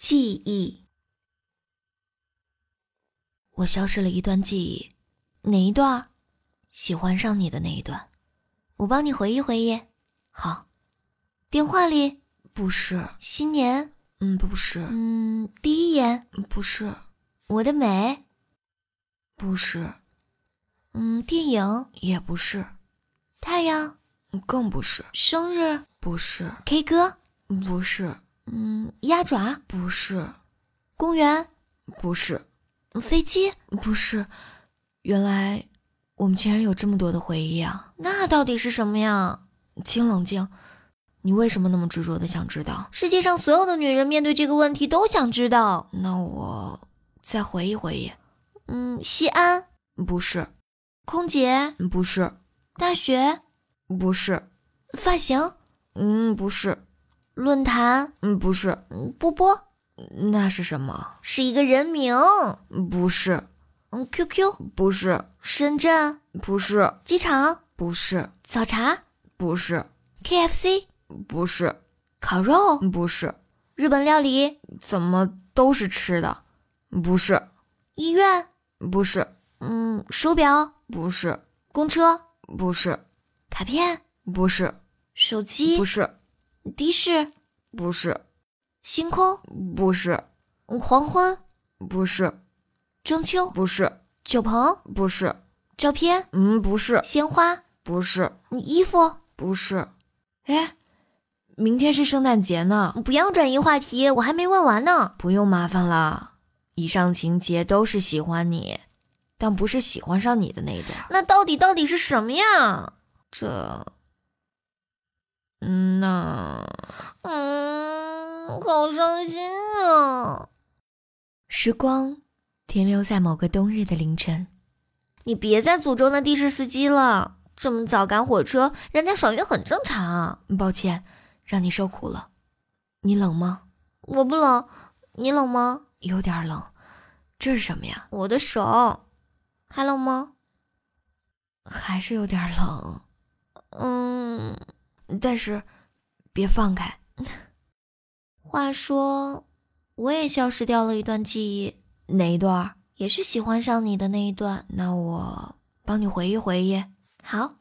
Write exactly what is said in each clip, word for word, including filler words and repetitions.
记忆。我消失了一段记忆，哪一段？喜欢上你的那一段。我帮你回忆回忆。好。电话里？不是。新年？嗯，不是。嗯，第一眼？不是。我的美？不是。嗯，电影？也不是。太阳？更不是。生日？不是。K 歌？不是。嗯，鸭爪？不是。公园？不是。飞机？不是。原来我们竟然有这么多的回忆啊！那到底是什么呀？请冷静，你为什么那么执着的想知道？世界上所有的女人面对这个问题都想知道。那我再回忆回忆。嗯，西安？不是。空姐？不是。大学？不是。发型？嗯，不是。论坛？嗯，不是。波波？那是什么？是一个人名。不是。嗯 ，Q Q？ 不是。深圳？不是。机场？不是。早茶？不是。K F C？ 不是。烤肉？不是。日本料理？怎么都是吃的？不是。医院？不是。嗯，手表？不是。公车？不是。卡片？不是。手机？不是。的士？不是。星空？不是。黄昏？不是。中秋？不是。酒棚？不是。照片？嗯，不是。鲜花？不是。衣服？不是。哎，明天是圣诞节呢。不要转移话题，我还没问完呢。不用麻烦了，以上情节都是喜欢你，但不是喜欢上你的那一段。那到底到底是什么呀？这，嗯，那，嗯，好伤心啊。时光停留在某个冬日的凌晨。你别再诅咒那的士司机了，这么早赶火车，人家爽约很正常。抱歉，让你受苦了。你冷吗？我不冷。你冷吗？有点冷。这是什么呀？我的手。还冷吗？还是有点冷。嗯，但是别放开。话说，我也消失掉了一段记忆。哪一段？也是喜欢上你的那一段。那我帮你回忆回忆。好。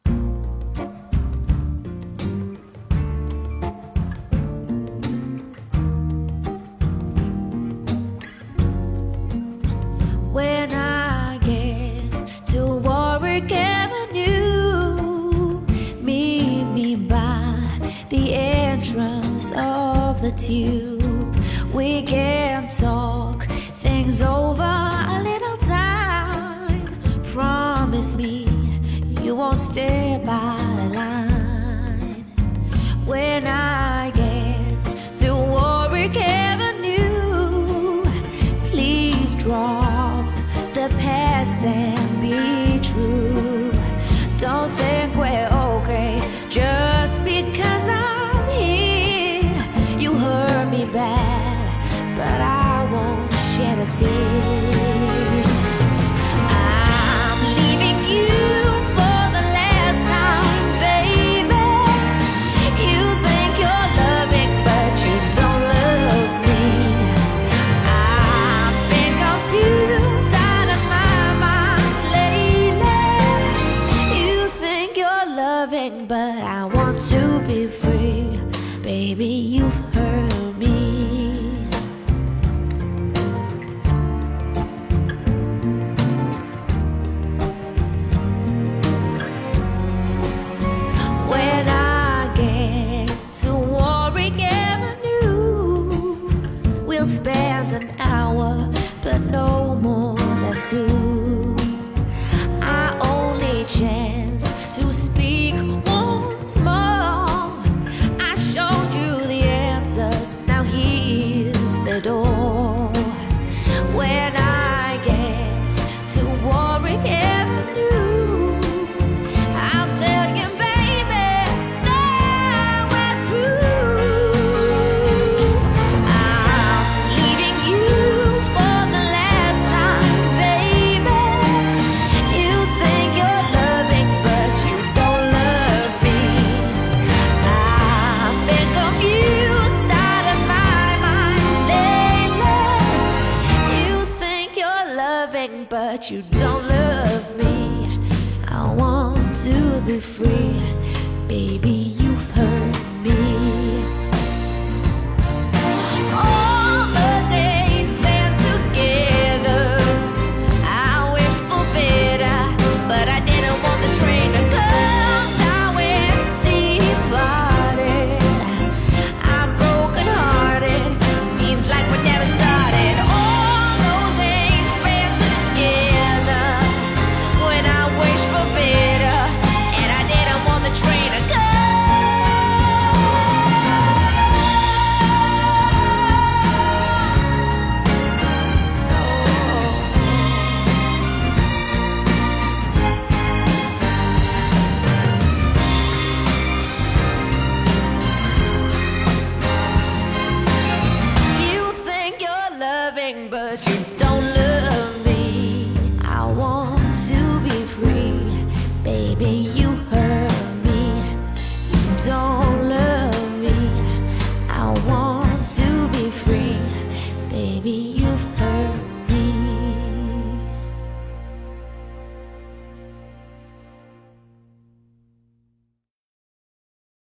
When I get to Warwick Avenue, meet me by the entrance of the tube. We can talk things over a little time. Promise me you won't stay by the line. When I get to Warwick Avenue, please drop the past and be true. Don't think we're okay just because I'm here. You hurt me bad, but I won't shed a tear. I'm leaving you for the last time, baby. You think you're loving, but you don't love me. I've been confused out of my mind lately. You think you're loving, but I want to be free. Baby, you've hurt me. When I get to Warwick Avenue, we'll spend an hour, but no more than two. Our only chance to speak once more. I showed you the answers, now here's the door. When I get to Warwick Avenue, I'll tell you, baby, now we're through. I'm leaving you for the last time, baby. You think you're loving, but you don't love me. I've been confused out of my mind lately. but you don't love me. I want to be free, baby, you've hurt me. All the days spent together, I wish for better, but I didn't want the train to come. Now it's departed. I'm broken hearted. Seems like we never started. All those days spent together, when I wish for better, and I didn't want the train to come. You think you're loving, but you don't.